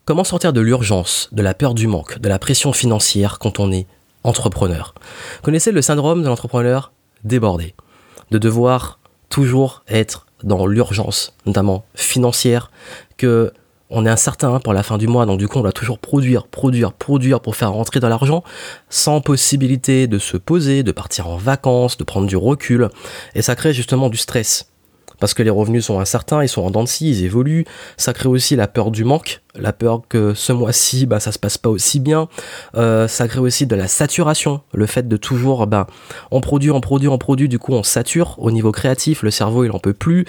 Comment sortir de l'urgence, de la peur du manque, de la pression financière quand on est entrepreneur ? Connaissez le syndrome de l'entrepreneur débordé, de devoir toujours être dans l'urgence, notamment financière, que on est incertain pour la fin du mois, donc du coup on doit toujours produire pour faire rentrer de l'argent, sans possibilité de se poser, de partir en vacances, de prendre du recul, et ça crée justement du stress. Parce que les revenus sont incertains, ils sont en dents de scie, ils évoluent. Ça crée aussi la peur du manque, la peur que ce mois-ci, ça se passe pas aussi bien. Ça crée aussi de la saturation, le fait de toujours, on produit, du coup on sature au niveau créatif, le cerveau il en peut plus.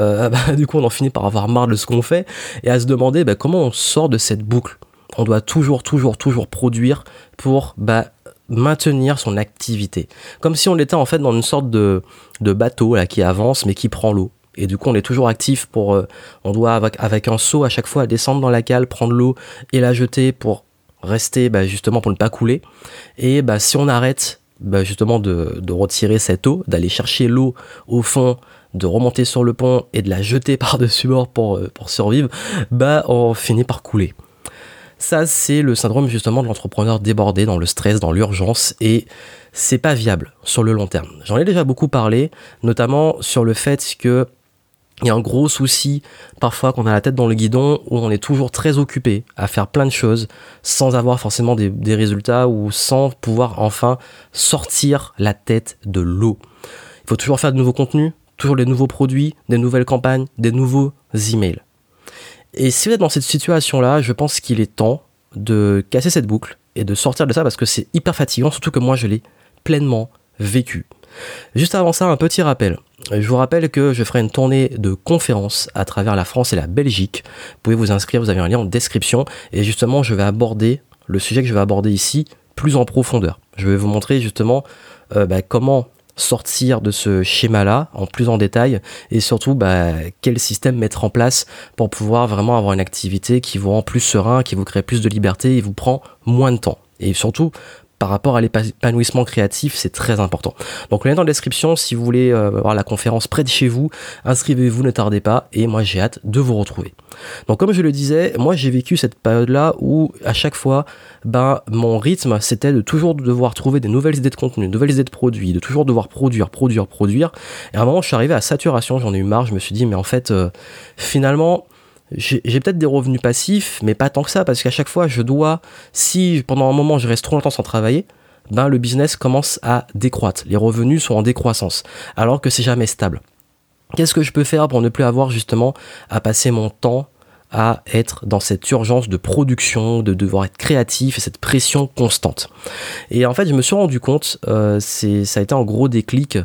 Du coup on en finit par avoir marre de ce qu'on fait et à se demander comment on sort de cette boucle. On doit toujours produire pour maintenir son activité. Comme si on était en fait dans une sorte de bateau là, qui avance mais qui prend l'eau. Et du coup, on est toujours actif on doit avec un seau à chaque fois descendre dans la cale, prendre l'eau et la jeter pour rester, justement pour ne pas couler. Et si on arrête justement de retirer cette eau, d'aller chercher l'eau au fond, de remonter sur le pont et de la jeter par-dessus bord pour survivre, on finit par couler. Ça, c'est le syndrome justement de l'entrepreneur débordé dans le stress, dans l'urgence, et c'est pas viable sur le long terme. J'en ai déjà beaucoup parlé, notamment sur le fait que il y a un gros souci parfois qu'on a la tête dans le guidon où on est toujours très occupé à faire plein de choses sans avoir forcément des résultats ou sans pouvoir enfin sortir la tête de l'eau. Il faut toujours faire de nouveaux contenus, toujours des nouveaux produits, des nouvelles campagnes, des nouveaux emails. Et si vous êtes dans cette situation-là, je pense qu'il est temps de casser cette boucle et de sortir de ça parce que c'est hyper fatigant, surtout que moi je l'ai pleinement vécu. Juste avant ça, un petit rappel. Je vous rappelle que je ferai une tournée de conférences à travers la France et la Belgique. Vous pouvez vous inscrire, vous avez un lien en description. Et justement, je vais aborder le sujet que je vais aborder ici plus en profondeur. Je vais vous montrer justement comment sortir de ce schéma-là en plus en détail et surtout quel système mettre en place pour pouvoir vraiment avoir une activité qui vous rend plus serein, qui vous crée plus de liberté et vous prend moins de temps. Et surtout, par rapport à l'épanouissement créatif, c'est très important. Donc le lien dans la description, si vous voulez voir la conférence près de chez vous, inscrivez-vous, ne tardez pas, et moi j'ai hâte de vous retrouver. Donc comme je le disais, moi j'ai vécu cette période-là où à chaque fois, mon rythme c'était de toujours devoir trouver des nouvelles idées de contenu, de nouvelles idées de produits, de toujours devoir produire. Et à un moment je suis arrivé à saturation, j'en ai eu marre, je me suis dit mais en fait finalement j'ai peut-être des revenus passifs, mais pas tant que ça, parce qu'à chaque fois, si pendant un moment je reste trop longtemps sans travailler, le business commence à décroître. Les revenus sont en décroissance, alors que c'est jamais stable. Qu'est-ce que je peux faire pour ne plus avoir justement à passer mon temps à être dans cette urgence de production, de devoir être créatif et cette pression constante. Et en fait, je me suis rendu compte, ça a été un gros déclic,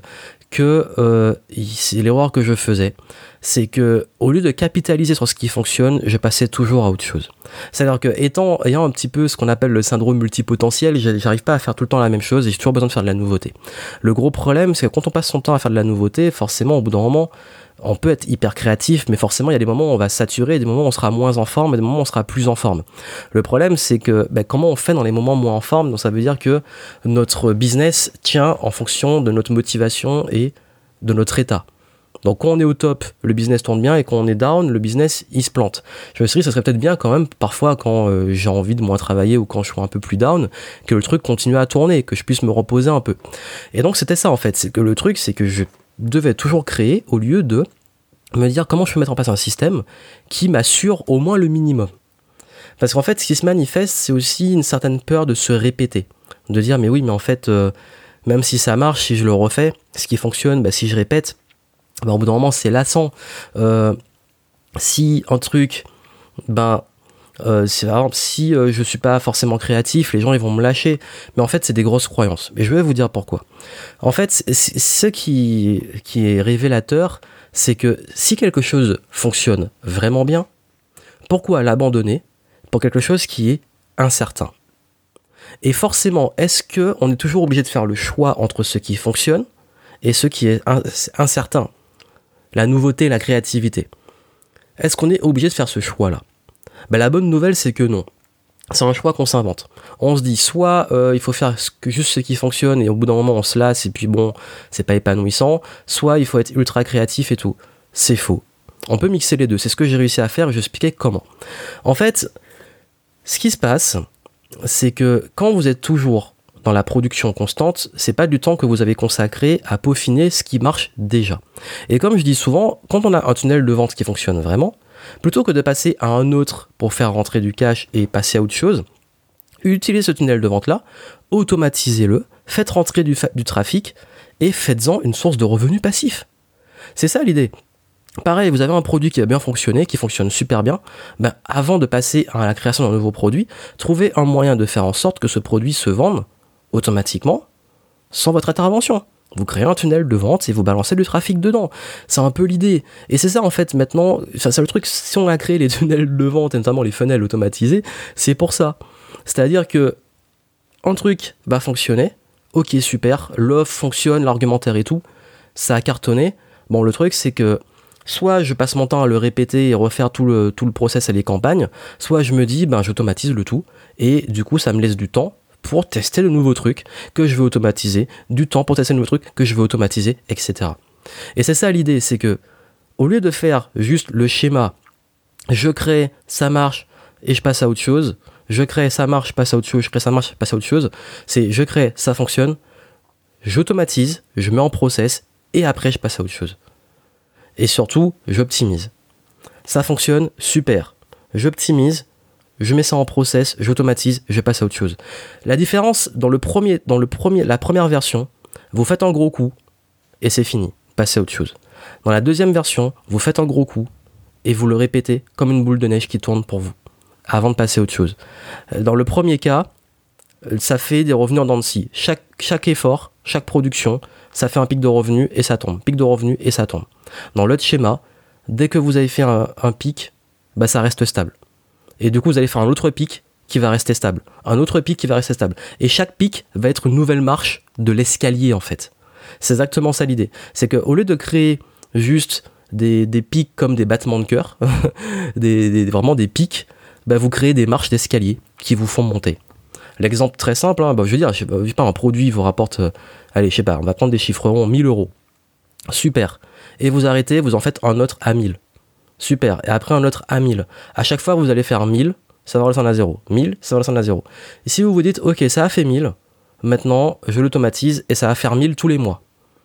que c'est l'erreur que je faisais, c'est que au lieu de capitaliser sur ce qui fonctionne, je passais toujours à autre chose. C'est-à-dire que ayant un petit peu ce qu'on appelle le syndrome multipotentiel, j'arrive pas à faire tout le temps la même chose et j'ai toujours besoin de faire de la nouveauté. Le gros problème, c'est que quand on passe son temps à faire de la nouveauté, forcément au bout d'un moment, on peut être hyper créatif, mais forcément il y a des moments où on va saturer, des moments où on sera moins en forme et des moments où on sera plus en forme. Le problème c'est que comment on fait dans les moments moins en forme, donc ça veut dire que notre business tient en fonction de notre motivation et de notre état. Donc quand on est au top, le business tourne bien, et quand on est down, le business il se plante. Je me suis dit ça serait peut-être bien quand même parfois quand j'ai envie de moins travailler ou quand je suis un peu plus down, que le truc continue à tourner, que je puisse me reposer un peu. Et donc c'était ça en fait, c'est que le truc c'est que je devais toujours créer au lieu de me dire comment je peux mettre en place un système qui m'assure au moins le minimum. Parce qu'en fait ce qui se manifeste c'est aussi une certaine peur de se répéter, de dire mais oui mais en fait même si ça marche, si je le refais, ce qui fonctionne, si je répète, au bout d'un moment c'est lassant. Si un truc c'est par exemple si je suis pas forcément créatif, les gens ils vont me lâcher, mais en fait c'est des grosses croyances, et je vais vous dire pourquoi. En fait ce qui est révélateur, c'est que si quelque chose fonctionne vraiment bien, pourquoi l'abandonner pour quelque chose qui est incertain? Et forcément, est-ce qu'on est toujours obligé de faire le choix entre ce qui fonctionne et ce qui est incertain? La nouveauté, la créativité. Est-ce qu'on est obligé de faire ce choix-là? La bonne nouvelle, c'est que non. C'est un choix qu'on s'invente. On se dit, soit il faut faire juste ce qui fonctionne et au bout d'un moment on se lasse et puis c'est pas épanouissant, soit il faut être ultra créatif et tout. C'est faux. On peut mixer les deux. C'est ce que j'ai réussi à faire et je expliquais comment. En fait, Ce qui se passe, c'est que quand vous êtes toujours dans la production constante, c'est pas du temps que vous avez consacré à peaufiner ce qui marche déjà. Et comme je dis souvent, quand on a un tunnel de vente qui fonctionne vraiment, plutôt que de passer à un autre pour faire rentrer du cash et passer à autre chose, utilisez ce tunnel de vente-là, automatisez-le, faites rentrer du trafic et faites-en une source de revenus passifs. C'est ça l'idée. Pareil, vous avez un produit qui a bien fonctionné, qui fonctionne super bien, avant de passer à la création d'un nouveau produit, trouvez un moyen de faire en sorte que ce produit se vende automatiquement, sans votre intervention. Vous créez un tunnel de vente et vous balancez du trafic dedans. C'est un peu l'idée. Et c'est ça en fait maintenant, c'est le truc, si on a créé les tunnels de vente et notamment les funnels automatisés, c'est pour ça. C'est-à-dire que un truc va fonctionner, ok super, l'offre fonctionne, l'argumentaire et tout, ça a cartonné. Bon, le truc c'est que soit je passe mon temps à le répéter et refaire tout le process et les campagnes, soit je me dis j'automatise le tout et du coup ça me laisse du temps pour tester le nouveau truc que je veux automatiser, du temps pour tester le nouveau truc que je veux automatiser, etc. Et c'est ça l'idée, c'est que au lieu de faire juste le schéma, je crée, ça marche et je passe à autre chose, je crée, ça marche, je passe à autre chose, je crée, ça marche, je passe à autre chose, c'est je crée, ça fonctionne, j'automatise, je mets en process et après je passe à autre chose. Et surtout, j'optimise. Ça fonctionne, super. J'optimise, je mets ça en process, j'automatise, je passe à autre chose. La différence, la première version, vous faites un gros coup et c'est fini, passez à autre chose. Dans la deuxième version, vous faites un gros coup et vous le répétez comme une boule de neige qui tourne pour vous, avant de passer à autre chose. Dans le premier cas, ça fait des revenus en dents de scie. Chaque effort, chaque production, ça fait un pic de revenus et ça tombe. Pic de revenus et ça tombe. Dans l'autre schéma, dès que vous avez fait un pic, ça reste stable. Et du coup, vous allez faire un autre pic qui va rester stable. Un autre pic qui va rester stable. Et chaque pic va être une nouvelle marche de l'escalier, en fait. C'est exactement ça l'idée. C'est qu'au lieu de créer juste des pics comme des battements de cœur, vraiment des pics, vous créez des marches d'escalier qui vous font monter. L'exemple très simple, je veux dire, un produit vous rapporte, on va prendre des chiffres ronds, 1000 euros. Super. Et vous arrêtez, vous en faites un autre à 1000. Super. Et après un autre à 1000. À chaque fois, vous allez faire 1000, ça va redescendre à 0. 1000, ça va redescendre à 0. Et si vous vous dites, ok, ça a fait 1000, maintenant, je l'automatise et ça va faire 1000 tous les mois.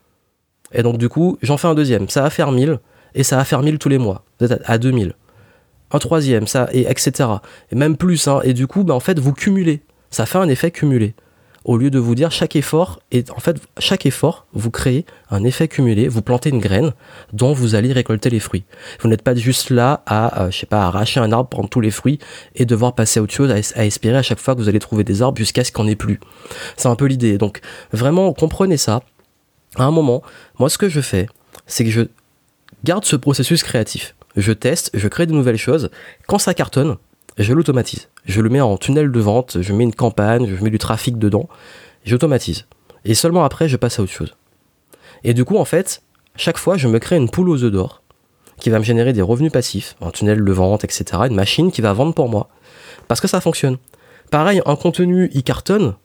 Et donc, du coup, j'en fais un deuxième. Ça va faire 1000 et ça va faire 1000 tous les mois. Vous êtes à 2000. Un troisième, ça, et etc. Et même plus, hein. Et du coup, en fait, vous cumulez. Ça fait un effet cumulé. Au lieu de vous dire chaque effort, vous créez un effet cumulé, vous plantez une graine dont vous allez récolter les fruits. Vous n'êtes pas juste là à arracher un arbre, prendre tous les fruits et devoir passer à autre chose, à espérer à chaque fois que vous allez trouver des arbres jusqu'à ce qu'il n'y en ait plus. C'est un peu l'idée. Donc, vraiment, comprenez ça. À un moment, moi, ce que je fais, c'est que je garde ce processus créatif. Je teste, je crée de nouvelles choses. Quand ça cartonne, je l'automatise. Je le mets en tunnel de vente, je mets une campagne, je mets du trafic dedans, j'automatise. Et seulement après, je passe à autre chose. Et du coup, en fait, chaque fois, je me crée une poule aux œufs d'or qui va me générer des revenus passifs, un tunnel de vente, etc., une machine qui va vendre pour moi. Parce que ça fonctionne. Pareil, un contenu, il cartonne,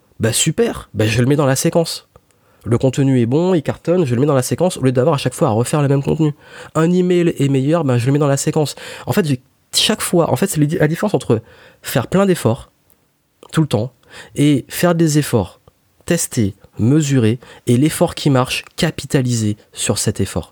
super, je le mets dans la séquence. Le contenu est bon, il cartonne, je le mets dans la séquence au lieu d'avoir à chaque fois à refaire le même contenu. Un email est meilleur, je le mets dans la séquence. En fait, chaque fois, c'est la différence entre faire plein d'efforts tout le temps et faire des efforts, tester, mesurer et l'effort qui marche, capitaliser sur cet effort.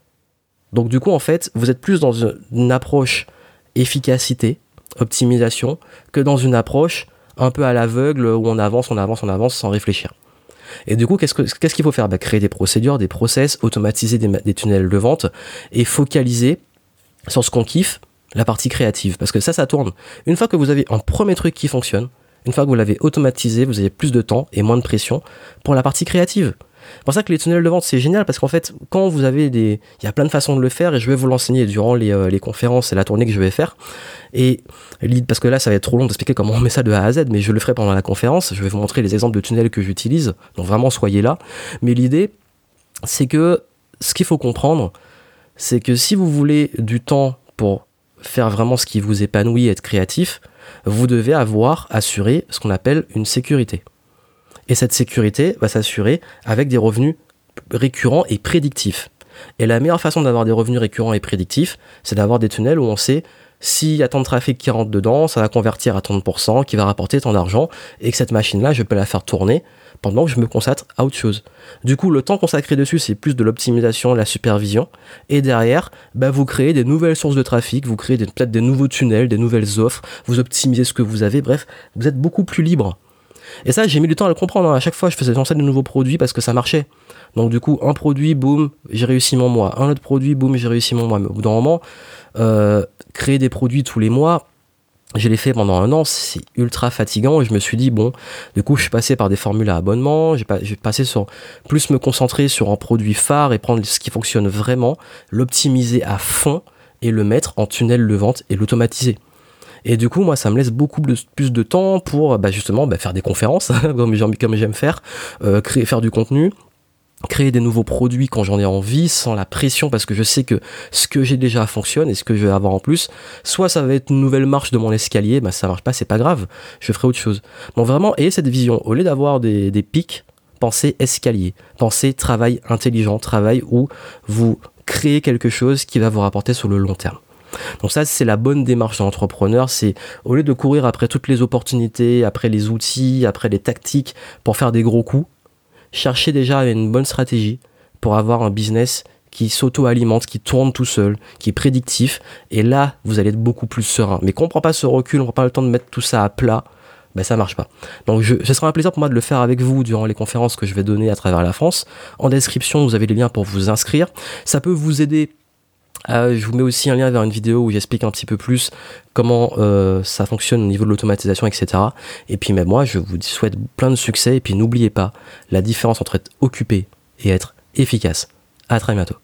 Donc du coup, en fait, vous êtes plus dans une approche efficacité, optimisation, que dans une approche un peu à l'aveugle où on avance sans réfléchir. Et du coup, qu'est-ce qu'il faut faire ? Créer des procédures, des process, automatiser des tunnels de vente et focaliser sur ce qu'on kiffe, la partie créative, parce que ça tourne. Une fois que vous avez un premier truc qui fonctionne, une fois que vous l'avez automatisé, vous avez plus de temps et moins de pression pour la partie créative. C'est pour ça que les tunnels de vente, c'est génial, parce qu'en fait, quand vous avez il y a plein de façons de le faire, et je vais vous l'enseigner durant les conférences et la tournée que je vais faire. Et parce que là, ça va être trop long d'expliquer comment on met ça de A à Z, mais je le ferai pendant la conférence. Je vais vous montrer les exemples de tunnels que j'utilise, donc vraiment soyez là. Mais l'idée, c'est que ce qu'il faut comprendre, c'est que si vous voulez du temps pour faire vraiment ce qui vous épanouit, être créatif, vous devez assurer ce qu'on appelle une sécurité. Et cette sécurité va s'assurer avec des revenus récurrents et prédictifs. Et la meilleure façon d'avoir des revenus récurrents et prédictifs, c'est d'avoir des tunnels où on sait s'il y a tant de trafic qui rentre dedans, ça va convertir à tant de pourcents, qui va rapporter tant d'argent, et que cette machine-là, je peux la faire tourner pendant que je me consacre à autre chose. Du coup, le temps consacré dessus, c'est plus de l'optimisation, de la supervision, et derrière, vous créez des nouvelles sources de trafic, vous créez peut-être des nouveaux tunnels, des nouvelles offres, vous optimisez ce que vous avez, bref, vous êtes beaucoup plus libre. Et ça, j'ai mis du temps à le comprendre, hein. À chaque fois, je faisais lancer de nouveaux produits parce que ça marchait. Donc du coup, un produit, boum, j'ai réussi mon mois. Un autre produit, boum, j'ai réussi mon mois. Mais au bout d'un moment, créer des produits tous les mois, je l'ai fait pendant 1 an, c'est ultra fatigant et je me suis dit, bon, du coup, je suis passé par des formules à abonnement, j'ai passé sur plus me concentrer sur un produit phare et prendre ce qui fonctionne vraiment, l'optimiser à fond et le mettre en tunnel de vente et l'automatiser. Et du coup, moi, ça me laisse beaucoup plus de temps pour justement faire des conférences, comme j'aime faire, faire du contenu, créer des nouveaux produits quand j'en ai envie, sans la pression, parce que je sais que ce que j'ai déjà fonctionne et ce que je vais avoir en plus, soit ça va être une nouvelle marche de mon escalier, ça marche pas, c'est pas grave, je ferai autre chose. Donc vraiment, ayez cette vision, au lieu d'avoir des pics, pensez escalier, pensez travail intelligent, travail où vous créez quelque chose qui va vous rapporter sur le long terme. Donc ça, c'est la bonne démarche de l'entrepreneur, c'est au lieu de courir après toutes les opportunités, après les outils, après les tactiques pour faire des gros coups, cherchez déjà une bonne stratégie pour avoir un business qui s'auto-alimente, qui tourne tout seul, qui est prédictif, et là, vous allez être beaucoup plus serein. Mais quand on ne prend pas ce recul, on ne prend pas le temps de mettre tout ça à plat, ça marche pas. Donc ce sera un plaisir pour moi de le faire avec vous durant les conférences que je vais donner à travers la France. En description, vous avez les liens pour vous inscrire. Ça peut vous aider. Je vous mets aussi un lien vers une vidéo où j'explique un petit peu plus comment ça fonctionne au niveau de l'automatisation, etc. Et puis même moi, je vous souhaite plein de succès. Et puis n'oubliez pas la différence entre être occupé et être efficace. À très bientôt.